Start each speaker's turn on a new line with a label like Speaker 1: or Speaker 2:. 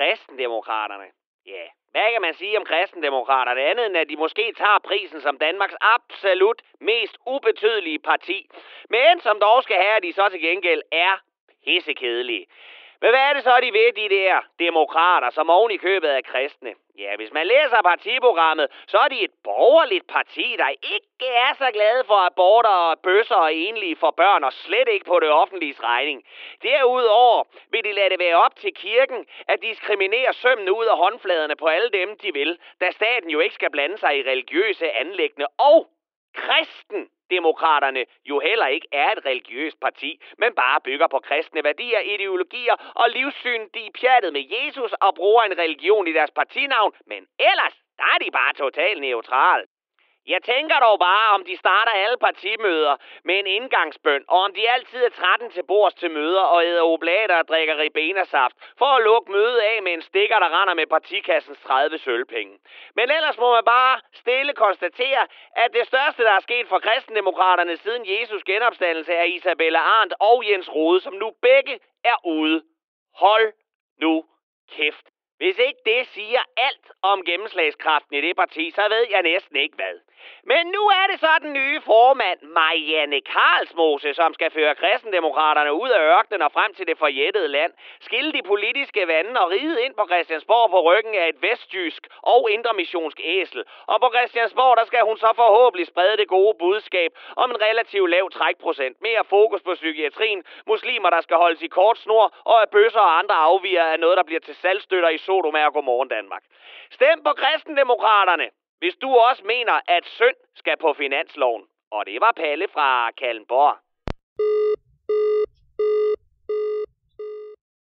Speaker 1: Kristendemokraterne. Ja, hvad kan man sige om kristendemokraterne andet end at de måske tager prisen som Danmarks absolut mest ubetydelige parti, men som dog skal have, at de så til gengæld er pissekedelige. Men hvad er det så, de ved, de der demokrater, som oven i købet af kristne? Ja, hvis man læser partiprogrammet, så er de et borgerligt parti, der ikke er så glade for aborter og bøsser og enlige for børn, og slet ikke på det offentliges regning. Derudover vil de lade det være op til kirken at diskriminere sømmene ud af håndfladerne på alle dem, de vil, da staten jo ikke skal blande sig i religiøse anliggender, og Kristendemokraterne jo heller ikke er et religiøst parti, men bare bygger på kristne værdier, ideologier og livssyn. De er pjattet med Jesus og bruger en religion i deres partinavn, men ellers der er de bare totalt neutrale. Jeg tænker dog bare, om de starter alle partimøder med en indgangsbøn, og om de altid er 13 til bords til møder og æder oblater og drikker ribenasaft, for at lukke mødet af med en stikker, der render med partikassens 30 sølvpenge. Men ellers må man bare stille konstatere, at det største, der er sket for kristendemokraterne siden Jesus genopstandelse, er Isabella Arendt og Jens Rohde, som nu begge er ude. Hold nu kæft. Hvis ikke det siger alt om gennemslagskraften i det parti, så ved jeg næsten ikke hvad. Men nu er det så den nye formand, Marianne Karlsmose, som skal føre kristendemokraterne ud af ørkenen og frem til det forjættede land, skille de politiske vande og ride ind på Christiansborg på ryggen af et vestjysk og indremissionsk æsel. Og på Christiansborg, der skal hun så forhåbentlig sprede det gode budskab om en relativt lav trækprocent, mere fokus på psykiatrien, muslimer, der skal holdes i kort snor, og at bøsser og andre afviger af noget, der bliver til salgstøtter i Sodoma og Godmorgen Danmark. Stem på kristendemokraterne, hvis du også mener, at synd skal på finansloven. Og det var Palle fra Kalundborg.